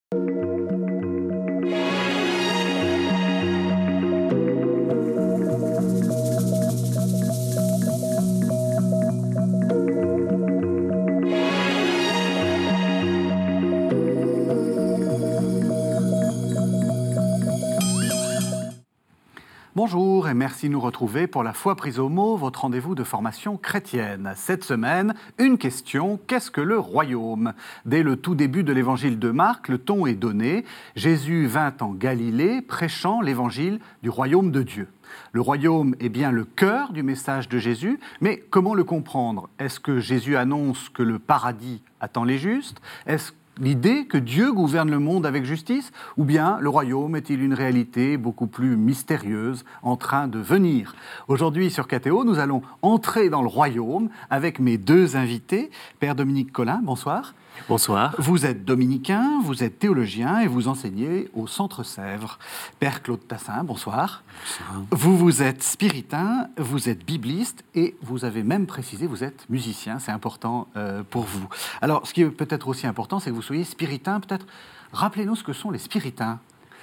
Bonjour et merci de nous retrouver pour La Foi prise au mot, votre rendez-vous de formation chrétienne. Cette semaine, une question, qu'est-ce que le royaume ? Dès le tout début de l'évangile de Marc, le ton est donné. Jésus vint en Galilée prêchant l'évangile du royaume de Dieu. Le royaume est bien le cœur du message de Jésus, mais comment le comprendre ? Est-ce que Jésus annonce que le paradis attend les justes ? Est-ce l'idée que Dieu gouverne le monde avec justice, ou bien le royaume est-il une réalité beaucoup plus mystérieuse en train de venir ? Aujourd'hui sur KTO, nous allons entrer dans le royaume avec mes deux invités. Père Dominique Collin, bonsoir. Bonsoir. Vous êtes dominicain, vous êtes théologien et vous enseignez au Centre Sèvres. Père Claude Tassin, bonsoir. Bonsoir. Vous êtes spiritain, vous êtes bibliste et vous avez même précisé, vous êtes musicien, c'est important pour vous. Alors, ce qui est peut-être aussi important, c'est que vous soyez spiritain. Peut-être, rappelez-nous ce que sont les spiritains.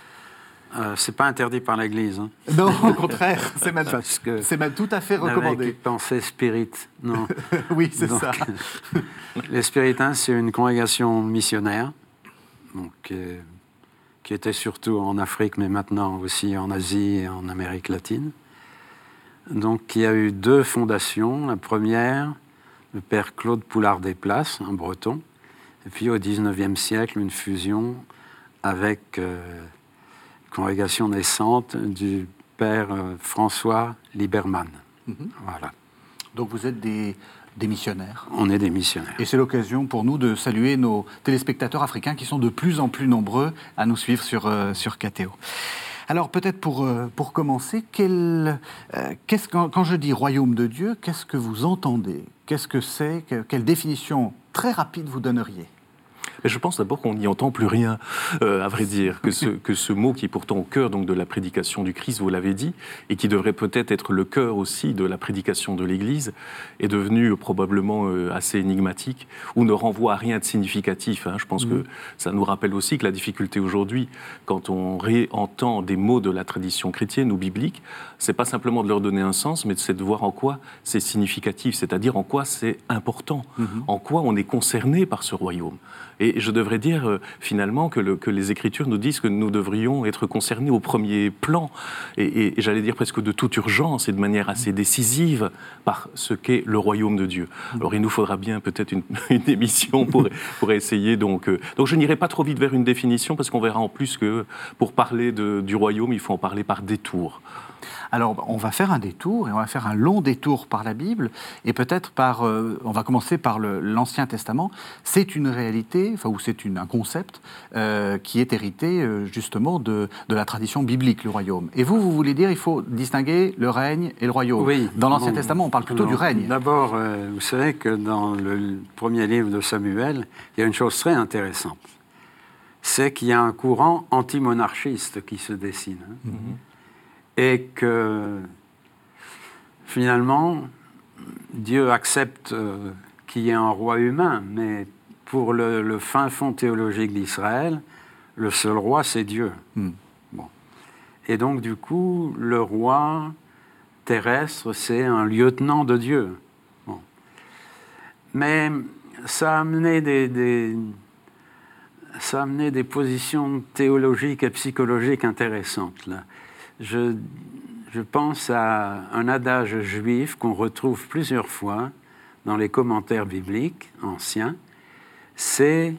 C'est pas interdit par l'Église. Hein. Non, au contraire, c'est même tout à fait recommandé. Avec pensée spirit, non. Oui, c'est donc, ça. Les spiritains, c'est une congrégation missionnaire, donc, qui était surtout en Afrique, mais maintenant aussi en Asie et en Amérique latine. Donc, il y a eu deux fondations. La première, le père Claude Poulard-Desplaces, un breton, et puis au XIXe siècle, une fusion avec congrégation naissante du père François Liberman. Voilà. Donc vous êtes des missionnaires. On est des missionnaires. Et c'est l'occasion pour nous de saluer nos téléspectateurs africains qui sont de plus en plus nombreux à nous suivre sur KTO. Alors peut-être pour commencer, quand je dis royaume de Dieu, qu'est-ce que vous entendez ? Qu'est-ce que c'est ? Quelle définition très rapide vous donneriez ? Je pense d'abord qu'on n'y entend plus rien, à vrai dire, que ce mot qui est pourtant au cœur donc, de la prédication du Christ, vous l'avez dit, et qui devrait peut-être être le cœur aussi de la prédication de l'Église, est devenu probablement assez énigmatique, ou ne renvoie à rien de significatif. Je pense que ça nous rappelle aussi que la difficulté aujourd'hui, quand on réentend des mots de la tradition chrétienne ou biblique, c'est pas simplement de leur donner un sens, mais c'est de voir en quoi c'est significatif, c'est-à-dire en quoi c'est important, en quoi on est concerné par ce royaume. Et je devrais dire finalement que les Écritures nous disent que nous devrions être concernés au premier plan, et j'allais dire presque de toute urgence et de manière assez décisive par ce qu'est le royaume de Dieu. Alors il nous faudra bien peut-être une émission pour essayer. Donc je n'irai pas trop vite vers une définition, parce qu'on verra en plus que pour parler du royaume, il faut en parler par détour. Alors, on va faire un détour, et on va faire un long détour par la Bible, et peut-être on va commencer par l'Ancien Testament. C'est une réalité, ou c'est un concept qui est hérité justement de la tradition biblique, le royaume. Et vous voulez dire, il faut distinguer le règne et le royaume. Oui. Dans l'Ancien Testament, on parle plutôt du règne. D'abord, vous savez que dans le premier livre de Samuel, il y a une chose très intéressante. C'est qu'il y a un courant anti-monarchiste qui se dessine. Et que, finalement, Dieu accepte qu'il y ait un roi humain, mais pour le fin fond théologique d'Israël, le seul roi, c'est Dieu. Bon. Et donc, du coup, le roi terrestre, c'est un lieutenant de Dieu. Bon. Mais ça a amené des positions théologiques et psychologiques intéressantes, là. Je pense à un adage juif qu'on retrouve plusieurs fois dans les commentaires bibliques anciens. C'est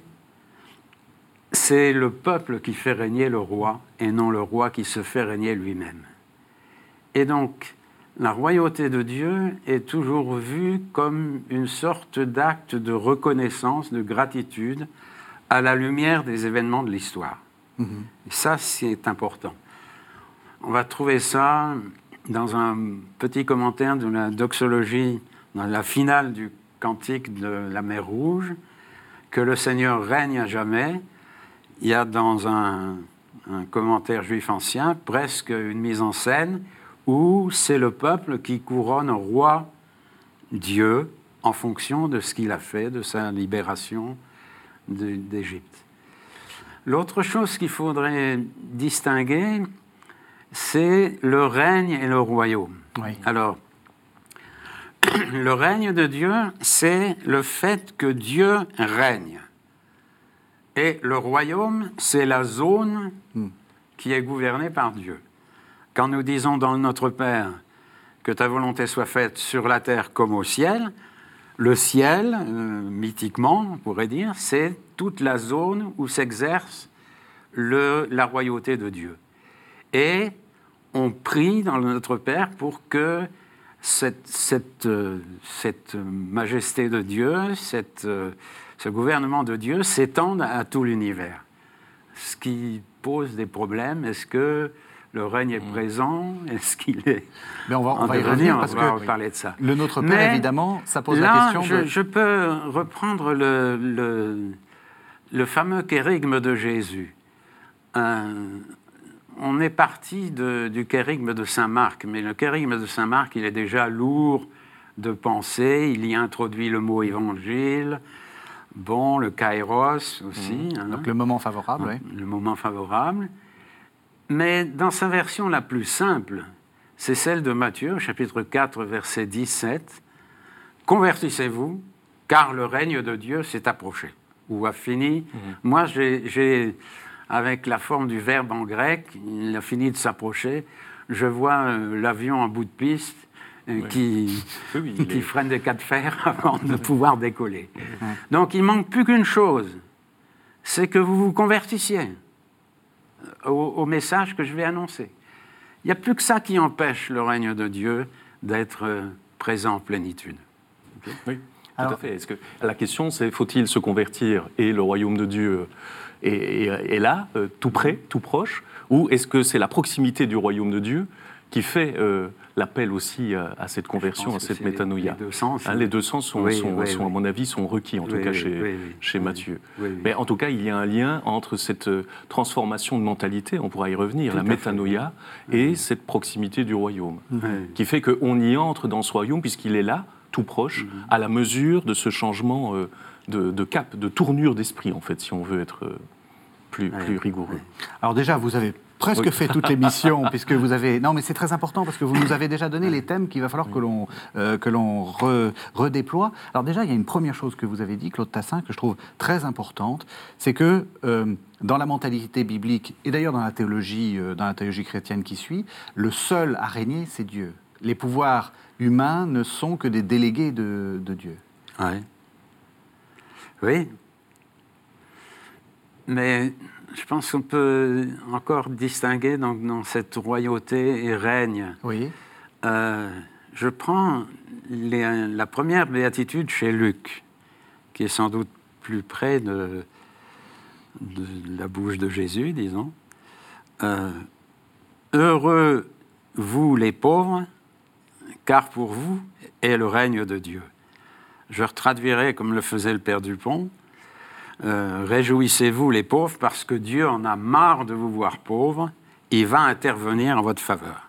le peuple qui fait régner le roi et non le roi qui se fait régner lui-même. Et donc, la royauté de Dieu est toujours vue comme une sorte d'acte de reconnaissance, de gratitude à la lumière des événements de l'histoire. Et ça, c'est important. On va trouver ça dans un petit commentaire de la doxologie, dans la finale du cantique de la mer Rouge, que le Seigneur règne à jamais. Il y a dans un commentaire juif ancien presque une mise en scène où c'est le peuple qui couronne roi Dieu en fonction de ce qu'il a fait, de sa libération d'Égypte. L'autre chose qu'il faudrait distinguer, c'est le règne et le royaume. Oui. Alors, le règne de Dieu, c'est le fait que Dieu règne. Et le royaume, c'est la zone qui est gouvernée par Dieu. Quand nous disons dans Notre Père que ta volonté soit faite sur la terre comme au ciel, le ciel, mythiquement, on pourrait dire, c'est toute la zone où s'exerce la royauté de Dieu. Et on prie dans Notre Père pour que cette majesté de Dieu, ce gouvernement de Dieu s'étende à tout l'univers. Ce qui pose des problèmes. Est-ce que le règne est présent? Est-ce qu'il est... Mais on va y revenir parce on va que parler de ça. Le Notre Père, Mais évidemment, ça pose là, la question de... je peux reprendre le fameux kérygme de Jésus. On est parti du kérygme de Saint Marc, mais le kérygme de Saint Marc, il est déjà lourd de pensée. Il y introduit le mot évangile, bon, le kairos aussi. Donc le moment favorable, oui. Le moment favorable. Mais dans sa version la plus simple, c'est celle de Matthieu, chapitre 4, verset 17. « Convertissez-vous, car le règne de Dieu s'est approché. » Ou a fini. Moi, j'ai, avec la forme du verbe en grec, il a fini de s'approcher. Je vois l'avion en bout de piste qui freine des cas de fer avant de pouvoir décoller. Donc, il ne manque plus qu'une chose, c'est que vous vous convertissiez au message que je vais annoncer. Il n'y a plus que ça qui empêche le règne de Dieu d'être présent en plénitude. Okay. Oui, tout à fait. La question, c'est faut-il se convertir et le royaume de Dieu est là, tout près, tout proche, ou est-ce que c'est la proximité du royaume de Dieu qui fait l'appel aussi à cette conversion, à cette métanoïa. Les deux sens sont, à mon avis, sont requis, en tout cas chez Matthieu. Mais en tout cas, il y a un lien entre cette transformation de mentalité, on pourra y revenir, la métanoïa, et cette proximité du royaume, qui fait qu'on y entre dans ce royaume, puisqu'il est là, tout proche, à la mesure de ce changement de cap, de tournure d'esprit, en fait, si on veut être plus rigoureux. Alors déjà, vous avez presque fait toute l'émission, puisque vous avez... Non, mais c'est très important, parce que vous nous avez déjà donné les thèmes qu'il va falloir que l'on redéploie. Alors déjà, il y a une première chose que vous avez dit, Claude Tassin, que je trouve très importante, c'est que dans la mentalité biblique, et d'ailleurs dans la théologie chrétienne qui suit, le seul à régner, c'est Dieu. Les pouvoirs humains ne sont que des délégués de Dieu. Oui. Mais je pense qu'on peut encore distinguer dans cette royauté et règne. Oui. Je prends la première béatitude chez Luc, qui est sans doute plus près de la bouche de Jésus, disons. Heureux, vous les pauvres, car pour vous est le règne de Dieu. Je retraduirai comme le faisait le Père Dupont. Réjouissez-vous les pauvres parce que Dieu en a marre de vous voir pauvres, il va intervenir en votre faveur.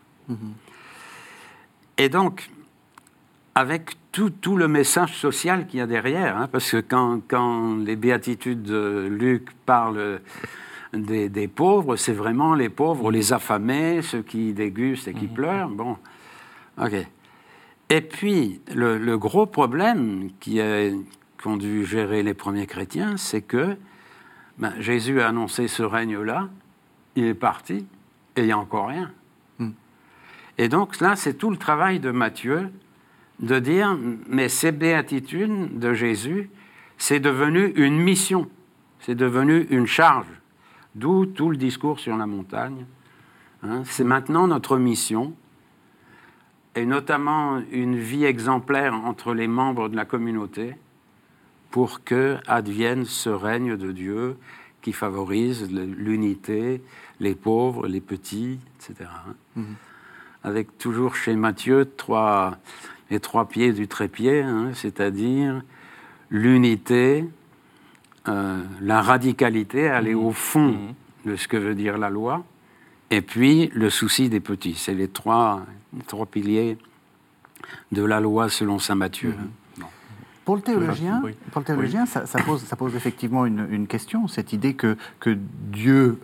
Et donc, avec tout le message social qu'il y a derrière, parce que quand les béatitudes de Luc parlent des pauvres, c'est vraiment les pauvres, les affamés, ceux qui dégustent et qui pleurent. Bon, ok. Et puis, le gros problème qu'ont dû gérer les premiers chrétiens, c'est que Jésus a annoncé ce règne-là, il est parti, et il n'y a encore rien. Et donc là, c'est tout le travail de Matthieu, de dire, mais ces béatitudes de Jésus, c'est devenu une mission, c'est devenu une charge, d'où tout le discours sur la montagne. C'est maintenant notre mission, et notamment une vie exemplaire entre les membres de la communauté, pour que advienne ce règne de Dieu qui favorise l'unité, les pauvres, les petits, etc. Avec toujours chez Matthieu les trois pieds du trépied, c'est-à-dire l'unité, la radicalité, aller au fond de ce que veut dire la loi, et puis le souci des petits. C'est les trois piliers de la loi selon saint Matthieu. Pour le théologien, ça pose effectivement une question, cette idée que Dieu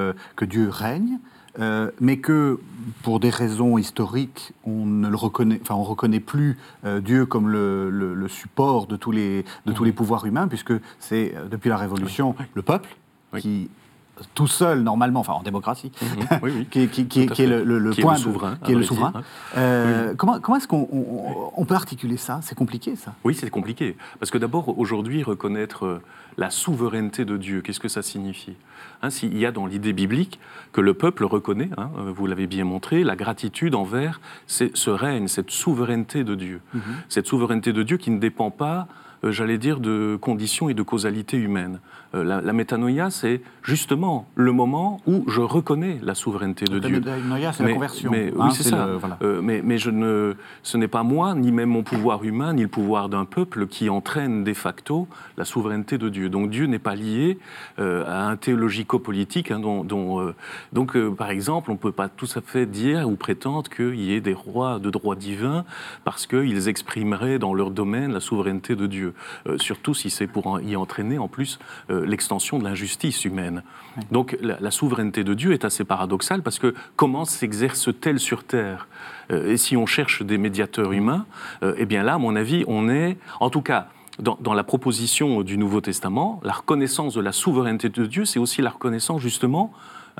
règne, mais que pour des raisons historiques, on reconnaît plus Dieu comme le support de tous les pouvoirs humains, puisque c'est depuis la Révolution le peuple qui tout seul, normalement, enfin en démocratie, qui est le point souverain. Qui est le souverain. Comment est-ce qu'on peut articuler ça? C'est compliqué, ça. Oui, c'est compliqué. Parce que d'abord, aujourd'hui, reconnaître la souveraineté de Dieu, qu'est-ce que ça signifie? Il y a dans l'idée biblique que le peuple reconnaît, vous l'avez bien montré, la gratitude envers ce règne, cette souveraineté de Dieu. Cette souveraineté de Dieu qui ne dépend pas, j'allais dire, de conditions et de causalité humaines. La métanoïa, c'est justement le moment où je reconnais la souveraineté de Dieu. La métanoïa, c'est la conversion. Oui, c'est ça. Mais ce n'est pas moi, ni même mon pouvoir humain, ni le pouvoir d'un peuple qui entraîne de facto la souveraineté de Dieu. Donc Dieu n'est pas lié à un théologico-politique. Donc, par exemple, on ne peut pas tout à fait dire ou prétendre qu'il y ait des rois de droit divin parce qu'ils exprimeraient dans leur domaine la souveraineté de Dieu. Surtout si c'est pour y entraîner en plus l'extension de l'injustice humaine. Oui. Donc la souveraineté de Dieu est assez paradoxale parce que comment s'exerce-t-elle sur Terre? Et si on cherche des médiateurs humains, eh bien là, à mon avis, on est, en tout cas, dans la proposition du Nouveau Testament, la reconnaissance de la souveraineté de Dieu, c'est aussi la reconnaissance justement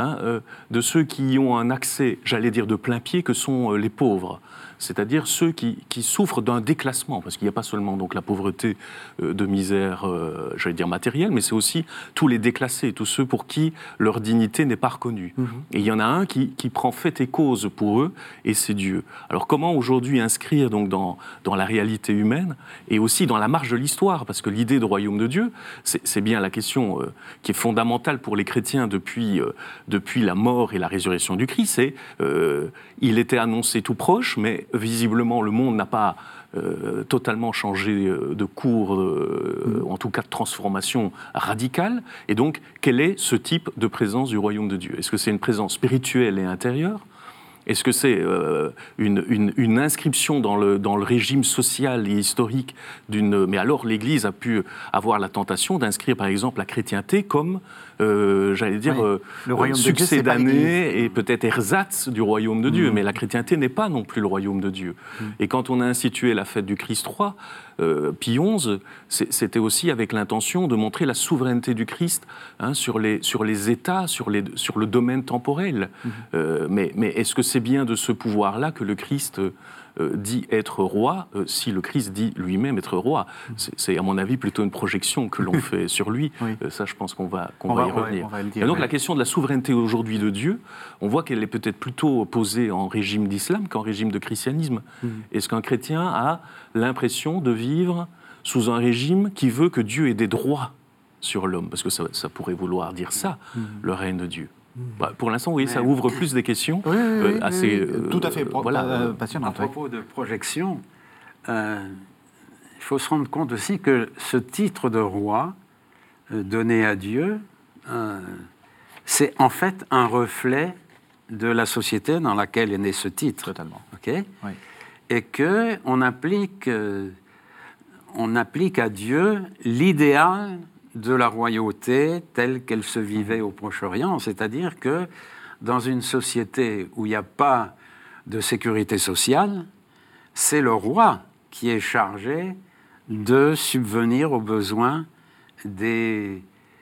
de ceux qui ont un accès, j'allais dire, de plein pied, que sont les pauvres. C'est-à-dire ceux qui souffrent d'un déclassement, parce qu'il n'y a pas seulement donc la pauvreté de misère, j'allais dire matérielle, mais c'est aussi tous les déclassés, tous ceux pour qui leur dignité n'est pas reconnue. Et il y en a un qui prend fait et cause pour eux, et c'est Dieu. Alors comment aujourd'hui inscrire donc dans la réalité humaine, et aussi dans la marge de l'histoire, parce que l'idée de royaume de Dieu, c'est bien la question qui est fondamentale pour les chrétiens depuis la mort et la résurrection du Christ, c'est il était annoncé tout proche, mais visiblement, le monde n'a pas totalement changé de cours, en tout cas de transformation radicale. Et donc, quel est ce type de présence du royaume de Dieu? Est-ce que c'est une présence spirituelle et intérieure? Est-ce que c'est une inscription dans le régime social et historique Mais alors, l'Église a pu avoir la tentation d'inscrire, par exemple, la chrétienté comme, j'allais dire, succédanée et peut-être ersatz du royaume de Dieu. Mais la chrétienté n'est pas non plus le royaume de Dieu. Et quand on a institué la fête du Christ roi, Pie XI, c'était aussi avec l'intention de montrer la souveraineté du Christ sur les États, sur le domaine temporel. Mais est-ce que c'est bien de ce pouvoir-là que le Christ dit être roi, si le Christ dit lui-même être roi? C'est à mon avis plutôt une projection que l'on fait sur lui. Ça, je pense qu'on va y revenir. Et donc la question de la souveraineté aujourd'hui de Dieu, on voit qu'elle est peut-être plutôt posée en régime d'islam qu'en régime de christianisme. Est-ce qu'un chrétien a l'impression de vivre sous un régime qui veut que Dieu ait des droits sur l'homme? Parce que ça pourrait vouloir dire ça, le règne de Dieu. Pour l'instant, oui, ça ouvre plus des questions assez tout à fait passionnantes. À propos de projection, il faut se rendre compte aussi que ce titre de roi donné à Dieu, c'est en fait un reflet de la société dans laquelle est né ce titre. Totalement. Okay? Oui. Et qu'on applique à Dieu l'idéal de la royauté telle qu'elle se vivait au Proche-Orient, c'est-à-dire que dans une société où il n'y a pas de sécurité sociale, c'est le roi qui est chargé de subvenir aux besoins des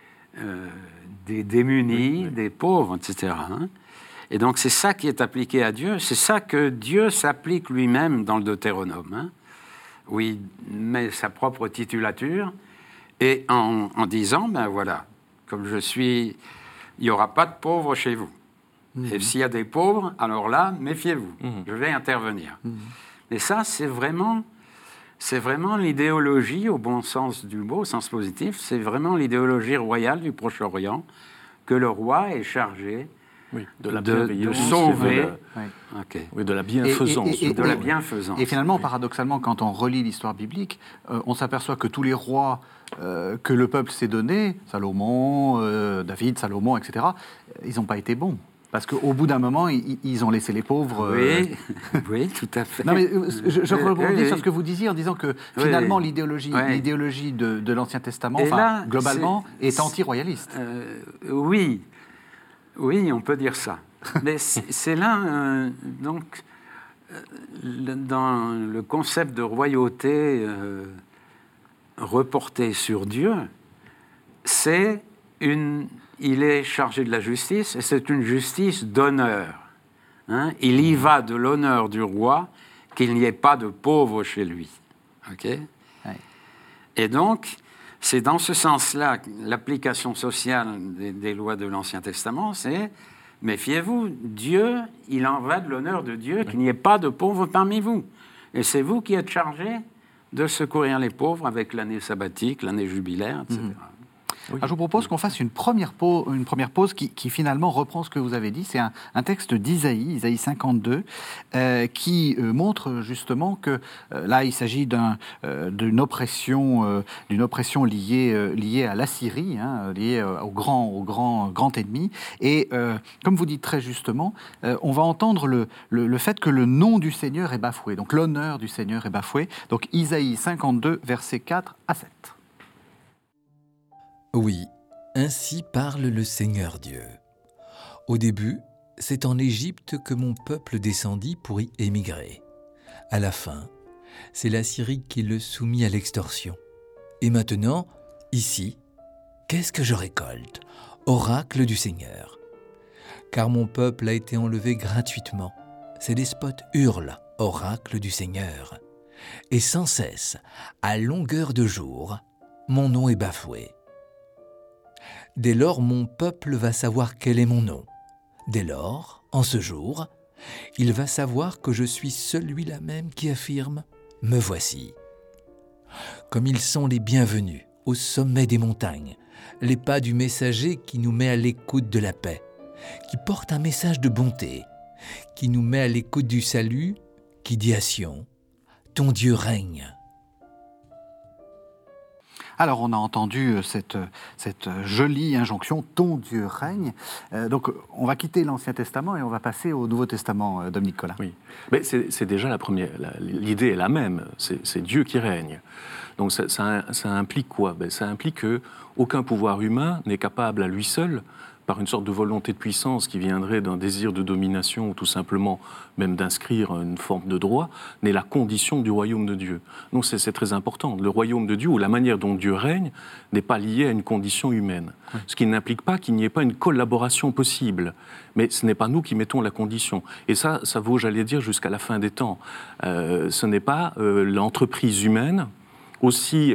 démunis, des pauvres, etc. Et donc c'est ça qui est appliqué à Dieu, c'est ça que Dieu s'applique lui-même dans le Deutéronome, où il met sa propre titulature, et en disant, ben voilà, comme je suis, il n'y aura pas de pauvres chez vous. Et s'il y a des pauvres, alors là, méfiez-vous, je vais intervenir. Et ça, c'est vraiment l'idéologie, au bon sens du mot, au sens positif, c'est vraiment l'idéologie royale du Proche-Orient, que le roi est chargé de sauver. De la bienfaisance. De la bienfaisance. Et finalement, paradoxalement, quand on relit l'histoire biblique, on s'aperçoit que tous les rois que le peuple s'est donnés, Salomon, David, Salomon, etc., ils n'ont pas été bons. Parce qu'au bout d'un moment, ils ont laissé les pauvres... Oui, tout à fait. Non, mais je rebondis sur ce que vous disiez en disant que finalement, l'idéologie de l'Ancien Testament, globalement, est anti-royaliste. Oui, on peut dire ça. Mais c'est là, donc, dans le concept de royauté reporté sur Dieu, il est chargé de la justice, et c'est une justice d'honneur. Hein? Il y va de l'honneur du roi qu'il n'y ait pas de pauvres chez lui. Okay? Ouais. Et donc, c'est dans ce sens-là que l'application sociale des lois de l'Ancien Testament, c'est « méfiez-vous, Dieu, il en va de l'honneur de Dieu qu'il n'y ait pas de pauvres parmi vous. Et c'est vous qui êtes chargés de secourir les pauvres avec l'année sabbatique, l'année jubilaire, etc. Oui. Alors, je vous propose qu'on fasse une première pause qui finalement reprend ce que vous avez dit. C'est un texte d'Isaïe, Isaïe 52, qui montre justement que là, il s'agit d'une oppression liée à l'Assyrie, liée au grand ennemi. Et comme vous dites très justement, on va entendre le fait que le nom du Seigneur est bafoué, donc l'honneur du Seigneur est bafoué. Donc Isaïe 52, versets 4 à 7. Oui, ainsi parle le Seigneur Dieu. Au début, c'est en Égypte que mon peuple descendit pour y émigrer. À la fin, c'est l'Assyrie qui le soumit à l'extorsion. Et maintenant, ici, qu'est-ce que je récolte ? Oracle du Seigneur. Car mon peuple a été enlevé gratuitement. Ces despotes hurlent, oracle du Seigneur. Et sans cesse, à longueur de jour, mon nom est bafoué. Dès lors, mon peuple va savoir quel est mon nom. Dès lors, en ce jour, il va savoir que je suis celui-là même qui affirme « Me voici ». Comme ils sont les bienvenus au sommet des montagnes, les pas du messager qui nous met à l'écoute de la paix, qui porte un message de bonté, qui nous met à l'écoute du salut, qui dit à Sion « Ton Dieu règne ». Alors, on a entendu cette jolie injonction « Ton Dieu règne ». Donc, on va quitter l'Ancien Testament et on va passer au Nouveau Testament, Dominique Collat. Oui, mais c'est déjà la première. L'idée est la même. C'est Dieu qui règne. Donc, ça implique quoi ? Ça implique qu'aucun pouvoir humain n'est capable à lui seul, par une sorte de volonté de puissance qui viendrait d'un désir de domination ou tout simplement même d'inscrire une forme de droit, n'est la condition du royaume de Dieu. Donc c'est très important. Le royaume de Dieu, ou la manière dont Dieu règne, n'est pas lié à une condition humaine. Oui. Ce qui n'implique pas qu'il n'y ait pas une collaboration possible. Mais ce n'est pas nous qui mettons la condition. Et ça vaut, j'allais dire, jusqu'à la fin des temps. Ce n'est pas l'entreprise humaine, aussi...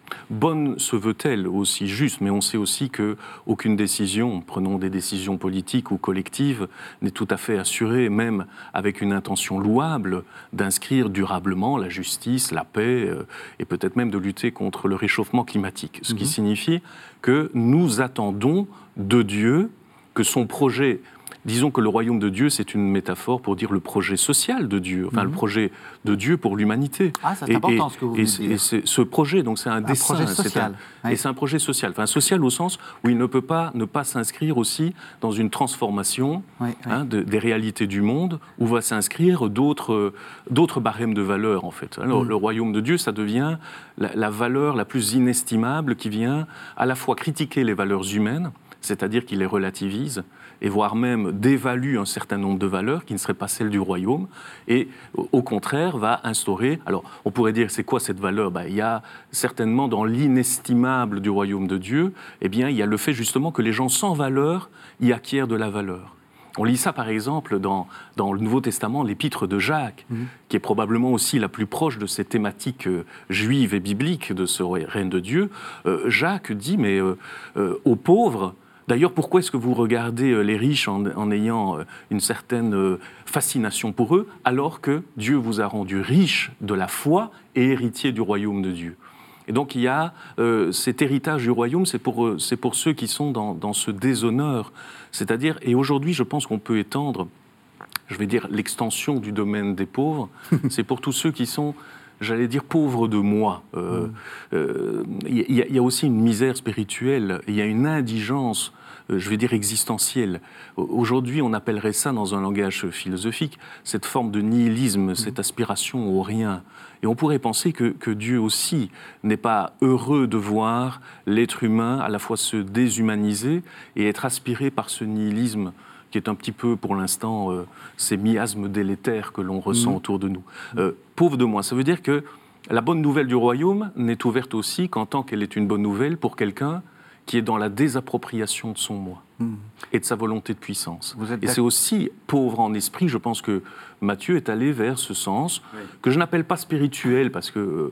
bonne se veut-elle, aussi juste, mais on sait aussi qu'aucune décision, prenons des décisions politiques ou collectives, n'est tout à fait assurée, même avec une intention louable, d'inscrire durablement la justice, la paix, et peut-être même de lutter contre le réchauffement climatique. Ce qui signifie que nous attendons de Dieu que son projet... Disons que le royaume de Dieu, c'est une métaphore pour dire le projet social de Dieu, enfin le projet de Dieu pour l'humanité. Ah, c'est important ce que vous dites. Et ce projet, donc c'est un dessein. Projet social. Et c'est un projet social. Enfin, social au sens où il ne peut pas ne pas s'inscrire aussi dans une transformation des réalités du monde, où va s'inscrire d'autres barèmes de valeurs, en fait. Alors, le royaume de Dieu, ça devient la valeur la plus inestimable qui vient à la fois critiquer les valeurs humaines, c'est-à-dire qu'il les relativise, et voire même dévalue un certain nombre de valeurs qui ne seraient pas celles du royaume, et au contraire va instaurer... Alors, on pourrait dire, c'est quoi cette valeur ? Il y a certainement dans l'inestimable du royaume de Dieu, il y a le fait justement que les gens sans valeur y acquièrent de la valeur. On lit ça, par exemple, dans le Nouveau Testament, l'épître de Jacques, qui est probablement aussi la plus proche de ces thématiques juives et bibliques de ce règne de Dieu. Jacques dit, mais aux pauvres... D'ailleurs, pourquoi est-ce que vous regardez les riches en ayant une certaine fascination pour eux, alors que Dieu vous a rendu riche de la foi et héritier du royaume de Dieu ? Et donc il y a cet héritage du royaume, c'est pour ceux qui sont dans ce déshonneur. C'est-à-dire, et aujourd'hui je pense qu'on peut étendre, je vais dire, l'extension du domaine des pauvres, c'est pour tous ceux qui sont... j'allais dire pauvres de moi. Il y a aussi une misère spirituelle, il y a une indigence je vais dire, existentielle. Aujourd'hui, on appellerait ça, dans un langage philosophique, cette forme de nihilisme, cette aspiration au rien. Et on pourrait penser que Dieu aussi n'est pas heureux de voir l'être humain à la fois se déshumaniser et être aspiré par ce nihilisme qui est un petit peu, pour l'instant, ces miasmes délétères que l'on ressent autour de nous. Pauvre de moi, ça veut dire que la bonne nouvelle du royaume n'est ouverte aussi qu'en tant qu'elle est une bonne nouvelle pour quelqu'un qui est dans la désappropriation de son moi et de sa volonté de puissance. Et c'est aussi pauvre en esprit, je pense que Matthieu est allé vers ce sens, que je n'appelle pas spirituel, parce que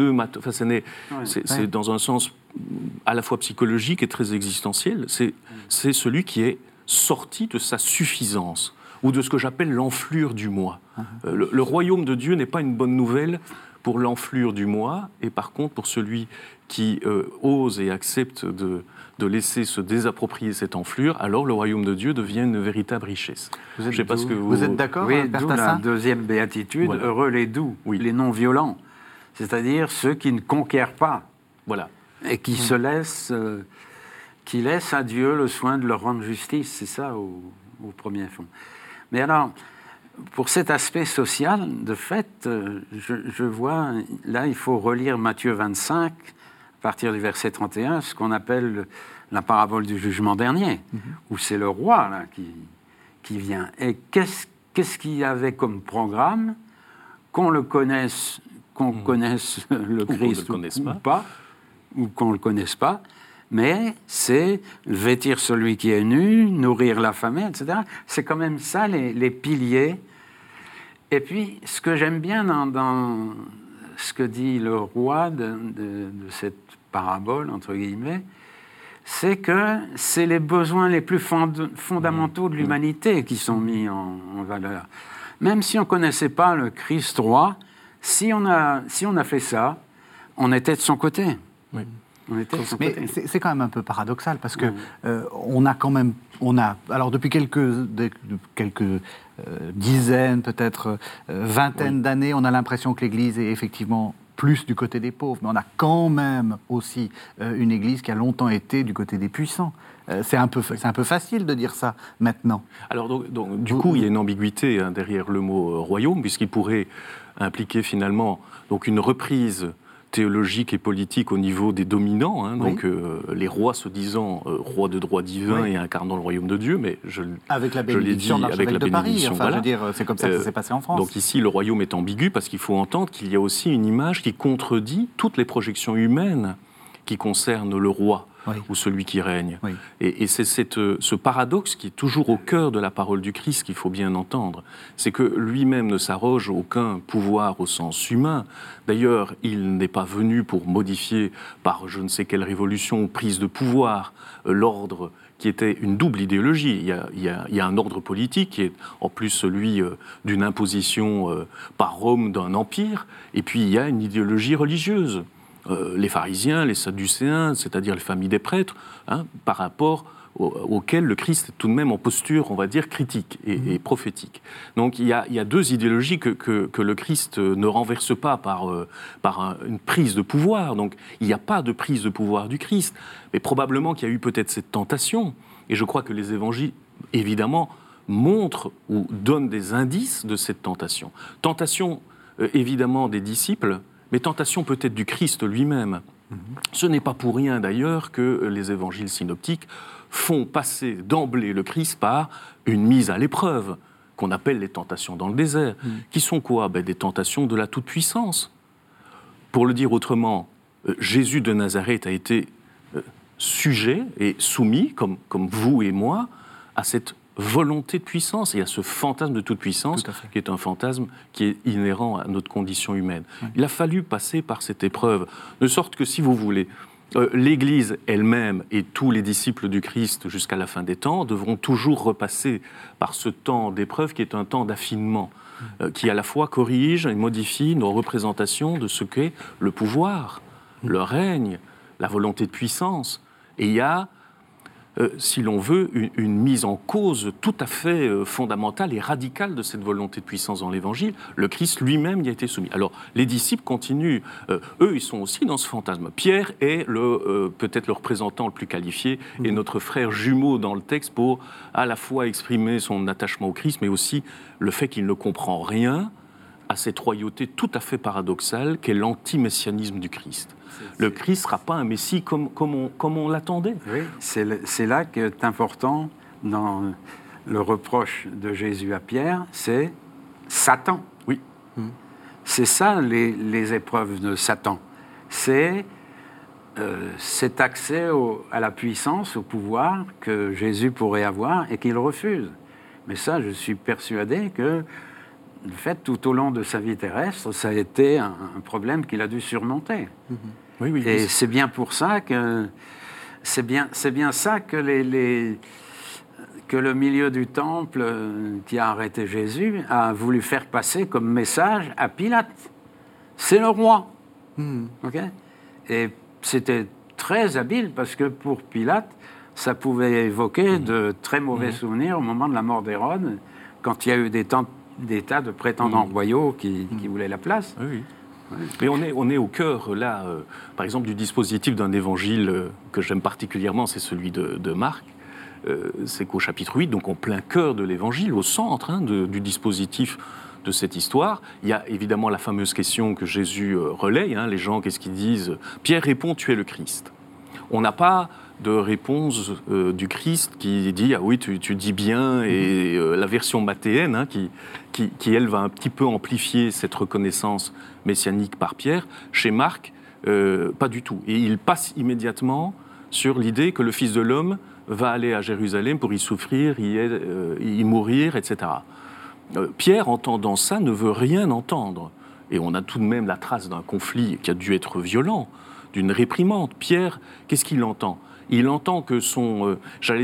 c'est dans un sens à la fois psychologique et très existentiel, c'est celui qui est sorti de sa suffisance, ou de ce que j'appelle l'enflure du moi. Le royaume de Dieu n'est pas une bonne nouvelle pour l'enflure du moi, et par contre pour celui qui ose et accepte de laisser se désapproprier cette enflure, alors le royaume de Dieu devient une véritable richesse. Vous êtes d'accord, oui, Père d'où Tassin ? la deuxième béatitude, Voilà. heureux les doux, les non-violents, c'est-à-dire ceux qui ne conquièrent pas, Voilà. et qui se laissent, qui laissent à Dieu le soin de leur rendre justice, c'est ça au premier fond. Mais alors, pour cet aspect social, de fait, je vois, là, il faut relire Matthieu 25, à partir du verset 31, ce qu'on appelle la parabole du jugement dernier, où c'est le roi là, qui vient. Et qu'est-ce qu'il y avait comme programme, qu'on le connaisse, le Christ ou pas, ou qu'on ne le connaisse pas, mais c'est vêtir celui qui est nu, nourrir l'affamé, etc. C'est quand même ça, les piliers. Et puis, ce que j'aime bien dans ce que dit le roi de cette parabole, entre guillemets, c'est que c'est les besoins les plus fondamentaux de l'humanité qui sont mis en valeur. Même si on ne connaissait pas le Christ roi, si on a fait ça, on était de son côté. Oui. Mais c'est quand même un peu paradoxal parce que on a alors depuis quelques dizaines, peut-être vingtaines d'années, on a l'impression que l'Église est effectivement plus du côté des pauvres, mais on a quand même aussi une Église qui a longtemps été du côté des puissants. C'est un peu facile de dire ça maintenant. Alors donc du coup, il y a une ambiguïté derrière le mot royaume, puisqu'il pourrait impliquer finalement donc une reprise théologique et politique au niveau des dominants, donc les rois se disant rois de droit divin et incarnant le royaume de Dieu, mais avec la bénédiction de l'archevêque de Paris, enfin, je veux dire, c'est comme ça que ça s'est passé en France. Donc ici, le royaume est ambigu parce qu'il faut entendre qu'il y a aussi une image qui contredit toutes les projections humaines qui concernent le roi. Ou celui qui règne. Oui. Et c'est ce paradoxe qui est toujours au cœur de la parole du Christ qu'il faut bien entendre. C'est que lui-même ne s'arroge aucun pouvoir au sens humain. D'ailleurs, il n'est pas venu pour modifier par je ne sais quelle révolution ou prise de pouvoir l'ordre qui était une double idéologie. Il y a un ordre politique qui est en plus celui d'une imposition par Rome d'un empire, et puis il y a une idéologie religieuse. Les pharisiens, les sadducéens, c'est-à-dire les familles des prêtres, par rapport auxquels le Christ est tout de même en posture, on va dire, critique et prophétique. Donc il y a deux idéologies que le Christ ne renverse pas par une prise de pouvoir. Donc il n'y a pas de prise de pouvoir du Christ, mais probablement qu'il y a eu peut-être cette tentation. Et je crois que les évangiles, évidemment, montrent ou donnent des indices de cette tentation. Tentation, évidemment, des disciples, mais tentation peut-être du Christ lui-même. Ce n'est pas pour rien d'ailleurs que les évangiles synoptiques font passer d'emblée le Christ par une mise à l'épreuve, qu'on appelle les tentations dans le désert, qui sont quoi ? Des tentations de la toute-puissance. Pour le dire autrement, Jésus de Nazareth a été sujet et soumis, comme vous et moi, à cette volonté de puissance et à ce fantasme de toute puissance qui est un fantasme qui est inhérent à notre condition humaine. Il a fallu passer par cette épreuve, de sorte que, si vous voulez, l'Église elle-même et tous les disciples du Christ jusqu'à la fin des temps devront toujours repasser par ce temps d'épreuve qui est un temps d'affinement, qui à la fois corrige et modifie nos représentations de ce qu'est le pouvoir, le règne, la volonté de puissance. Et il y a si l'on veut, une mise en cause tout à fait fondamentale et radicale de cette volonté de puissance dans l'Évangile. Le Christ lui-même y a été soumis. Alors, les disciples continuent. Eux, ils sont aussi dans ce fantasme. Pierre est peut-être le représentant le plus qualifié et notre frère jumeau dans le texte pour à la fois exprimer son attachement au Christ, mais aussi le fait qu'il ne comprend rien à cette royauté tout à fait paradoxale qu'est l'anti-messianisme du Christ. Le Christ ne sera pas un Messie comme on l'attendait. Oui, c'est là que c'est important dans le reproche de Jésus à Pierre, c'est Satan. Oui. C'est ça les épreuves de Satan. C'est cet accès à la puissance, au pouvoir que Jésus pourrait avoir et qu'il refuse. Mais ça, je suis persuadé que de fait, tout au long de sa vie terrestre, ça a été un problème qu'il a dû surmonter. Oui, et c'est bien pour ça que c'est bien ça que que le milieu du temple qui a arrêté Jésus a voulu faire passer comme message à Pilate. C'est le roi. Okay? Et c'était très habile parce que pour Pilate, ça pouvait évoquer de très mauvais souvenirs au moment de la mort d'Hérode, quand il y a eu des tas de prétendants royaux qui voulaient la place. Oui. Mais on est au cœur, là, par exemple, du dispositif d'un évangile que j'aime particulièrement, c'est celui de Marc. C'est qu'au chapitre 8, donc en plein cœur de l'évangile, au centre du dispositif de cette histoire, il y a évidemment la fameuse question que Jésus relaye. Les gens, qu'est-ce qu'ils disent ? Pierre répond, tu es le Christ. On n'a pas de réponse du Christ qui dit « Ah oui, tu dis bien », et la version mathéenne qui, elle, va un petit peu amplifier cette reconnaissance messianique par Pierre. Chez Marc, pas du tout. Et il passe immédiatement sur l'idée que le Fils de l'homme va aller à Jérusalem pour y souffrir, y mourir, etc. Pierre, entendant ça, ne veut rien entendre. Et on a tout de même la trace d'un conflit qui a dû être violent, d'une réprimande. Pierre, qu'est-ce qu'il entend ? Il entend que son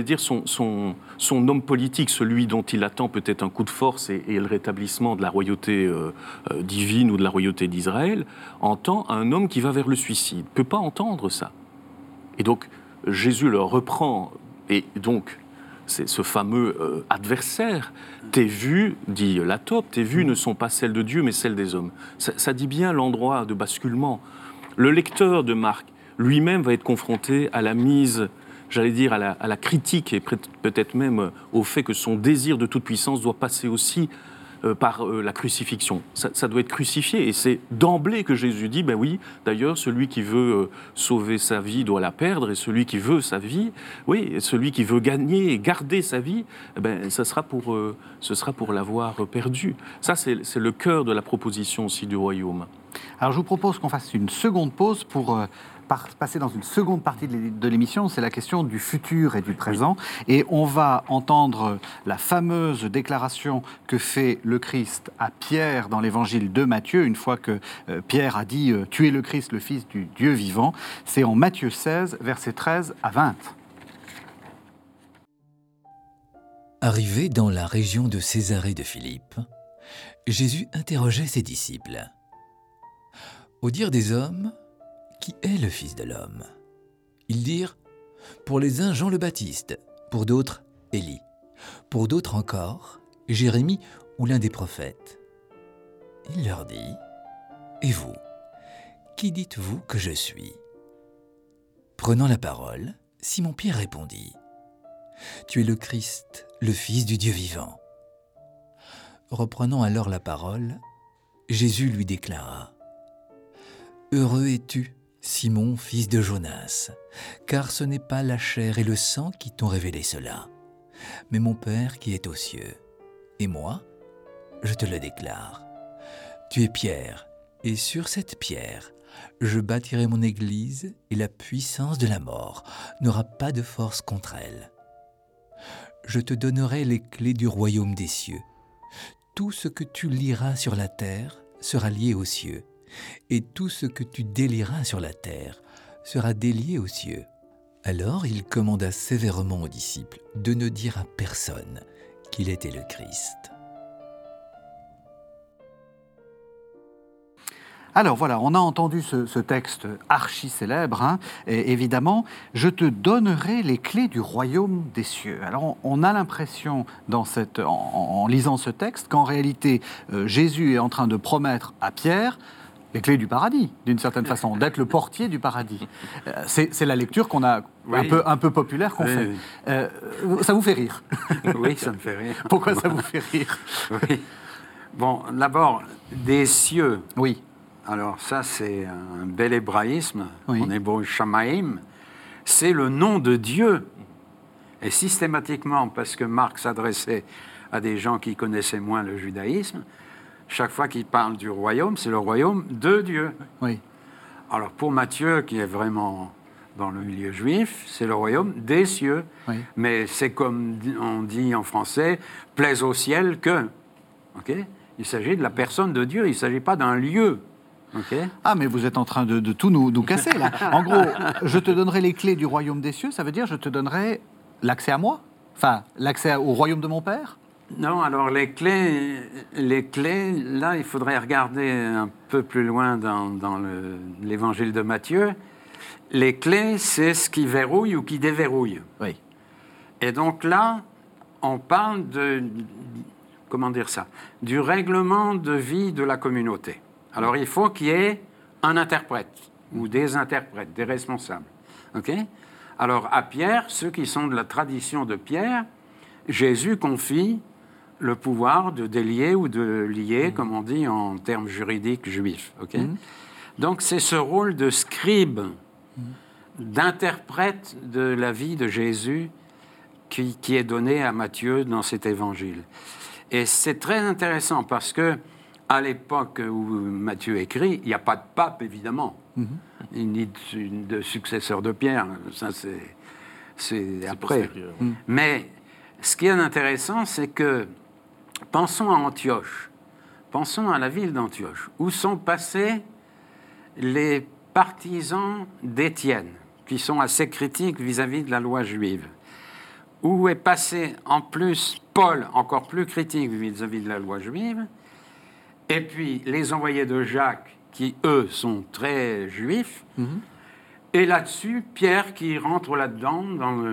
homme politique, celui dont il attend peut-être un coup de force et le rétablissement de la royauté divine ou de la royauté d'Israël, entend un homme qui va vers le suicide. Il ne peut pas entendre ça. Et donc, Jésus le reprend. Et donc, c'est ce fameux adversaire. Tes vues, dit la taupe, tes vues ne sont pas celles de Dieu, mais celles des hommes. Ça dit bien l'endroit de basculement. Le lecteur de Marc, lui-même, va être confronté à la mise, j'allais dire, à la critique et peut-être même au fait que son désir de toute puissance doit passer aussi par la crucifixion. Ça doit être crucifié. Et c'est d'emblée que Jésus dit, ben oui, d'ailleurs, celui qui veut sauver sa vie doit la perdre, et celui qui veut sa vie, oui, celui qui veut gagner et garder sa vie, ce sera pour l'avoir perdue. Ça, c'est le cœur de la proposition aussi du royaume. Alors, je vous propose qu'on fasse une seconde pause pour passer dans une seconde partie de l'émission. C'est la question du futur et du présent. Oui. Et on va entendre la fameuse déclaration que fait le Christ à Pierre dans l'évangile de Matthieu, une fois que Pierre a dit « Tu es le Christ, le Fils du Dieu vivant ». C'est en Matthieu 16, versets 13 à 20. Arrivé dans la région de Césarée de Philippe, Jésus interrogeait ses disciples. Au dire des hommes, qui est le Fils de l'homme ? Ils dirent, pour les uns Jean le Baptiste, pour d'autres Élie, pour d'autres encore Jérémie ou l'un des prophètes. Il leur dit, et vous, qui dites-vous que je suis ? Prenant la parole, Simon-Pierre répondit, tu es le Christ, le Fils du Dieu vivant. Reprenant alors la parole, Jésus lui déclara, heureux es-tu, Simon, fils de Jonas, car ce n'est pas la chair et le sang qui t'ont révélé cela, mais mon Père qui est aux cieux. Et moi, je te le déclare, tu es Pierre, et sur cette pierre, je bâtirai mon église, et la puissance de la mort n'aura pas de force contre elle. Je te donnerai les clés du royaume des cieux. Tout ce que tu lieras sur la terre sera lié aux cieux, et tout ce que tu délieras sur la terre sera délié aux cieux. Alors il commanda sévèrement aux disciples de ne dire à personne qu'il était le Christ. Alors voilà, on a entendu ce texte archi-célèbre, hein, et évidemment, « Je te donnerai les clés du royaume des cieux ». Alors on a l'impression, en lisant ce texte, qu'en réalité, Jésus est en train de promettre à Pierre les clés du paradis, d'une certaine façon, d'être le portier du paradis. C'est la lecture qu'on a un peu populaire qu'on fait. Ça vous fait rire? Oui, ça me fait rire. Pourquoi ça vous fait rire? Oui. Bon, d'abord, des cieux. Oui. Alors ça, c'est un bel hébraïsme, Oui. en hébreu Shamaïm. C'est le nom de Dieu. Et systématiquement, parce que Marc s'adressait à des gens qui connaissaient moins le judaïsme, chaque fois qu'il parle du royaume, c'est le royaume de Dieu. Oui. Alors pour Matthieu, qui est vraiment dans le milieu juif, c'est le royaume des cieux. Oui. Mais c'est comme on dit en français, plaise au ciel que. Okay? Il s'agit de la personne de Dieu, il ne s'agit pas d'un lieu. Okay. Ah, mais vous êtes en train de tout nous casser, là. En gros, je te donnerai les clés du royaume des cieux, ça veut dire je te donnerai l'accès à moi? Enfin, l'accès au royaume de mon Père? Non, alors les clés, là, il faudrait regarder un peu plus loin dans l'évangile de Matthieu. Les clés, c'est ce qui verrouille ou qui déverrouille. Oui. Et donc là, on parle du règlement de vie de la communauté. Alors, il faut qu'il y ait un interprète ou des interprètes, des responsables. OK? Alors, à Pierre, ceux qui sont de la tradition de Pierre, Jésus confie le pouvoir de délier ou de lier, comme on dit en termes juridiques juifs. OK? Donc, c'est ce rôle de scribe, d'interprète de la vie de Jésus qui est donné à Matthieu dans cet évangile. Et c'est très intéressant parce que à l'époque où Matthieu écrit, il n'y a pas de pape, évidemment, ni de successeur de Pierre. Ça, c'est après. Mais ce qui est intéressant, c'est que, pensons à Antioche, pensons à la ville d'Antioche, où sont passés les partisans d'Étienne, qui sont assez critiques vis-à-vis de la loi juive, où est passé en plus Paul, encore plus critique vis-à-vis de la loi juive, et puis les envoyés de Jacques, qui, eux, sont très juifs. Et là-dessus, Pierre qui rentre là-dedans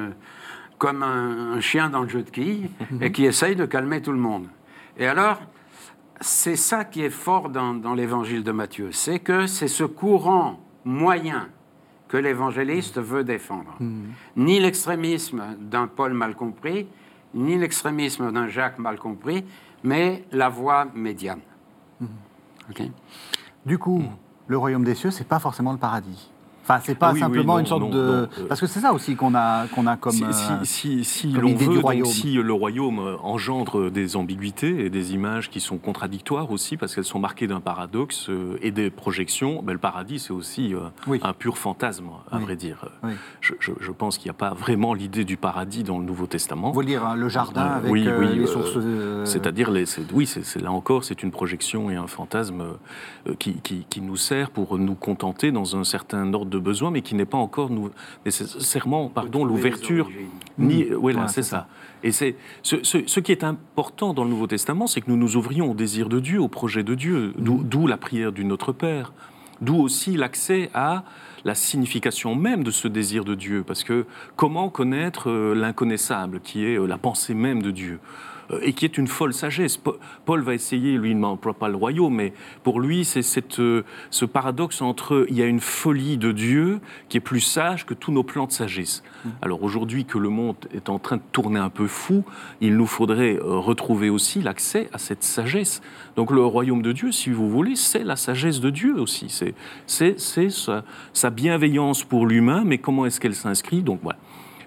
comme un chien dans le jeu de quilles et qui essaye de calmer tout le monde. Et alors, c'est ça qui est fort dans l'évangile de Matthieu. C'est que c'est ce courant moyen que l'évangéliste veut défendre. Ni l'extrémisme d'un Paul mal compris, ni l'extrémisme d'un Jacques mal compris, mais la voie médiane. Okay. Du coup, le royaume des cieux, c'est pas forcément le paradis. Enfin, c'est pas simplement une sorte de... Parce que c'est ça aussi qu'on a comme si comme l'on idée veut, du royaume. donc, si le royaume engendre des ambiguïtés et des images qui sont contradictoires aussi, parce qu'elles sont marquées d'un paradoxe et des projections, ben, le paradis, c'est aussi un pur fantasme, à vrai dire. Oui. Je pense qu'il n'y a pas vraiment l'idée du paradis dans le Nouveau Testament. Vous lire le jardin avec les sources... C'est-à-dire, là encore, c'est une projection et un fantasme qui nous sert pour nous contenter dans un certain ordre de besoin, mais qui n'est pas encore nécessairement, l'ouverture. C'est ça. Et ce qui est important dans le Nouveau Testament, c'est que nous nous ouvrions au désir de Dieu, au projet de Dieu, d'où la prière du Notre Père, d'où aussi l'accès à la signification même de ce désir de Dieu, parce que comment connaître l'inconnaissable, qui est la pensée même de Dieu, et qui est une folle sagesse. Paul va essayer, lui, il n'emploie pas le royaume, mais pour lui, c'est ce paradoxe entre il y a une folie de Dieu qui est plus sage que tous nos plans de sagesse. Alors aujourd'hui que le monde est en train de tourner un peu fou, il nous faudrait retrouver aussi l'accès à cette sagesse. Donc le royaume de Dieu, si vous voulez, c'est la sagesse de Dieu aussi. C'est sa bienveillance pour l'humain, mais comment est-ce qu'elle s'inscrit? Donc voilà.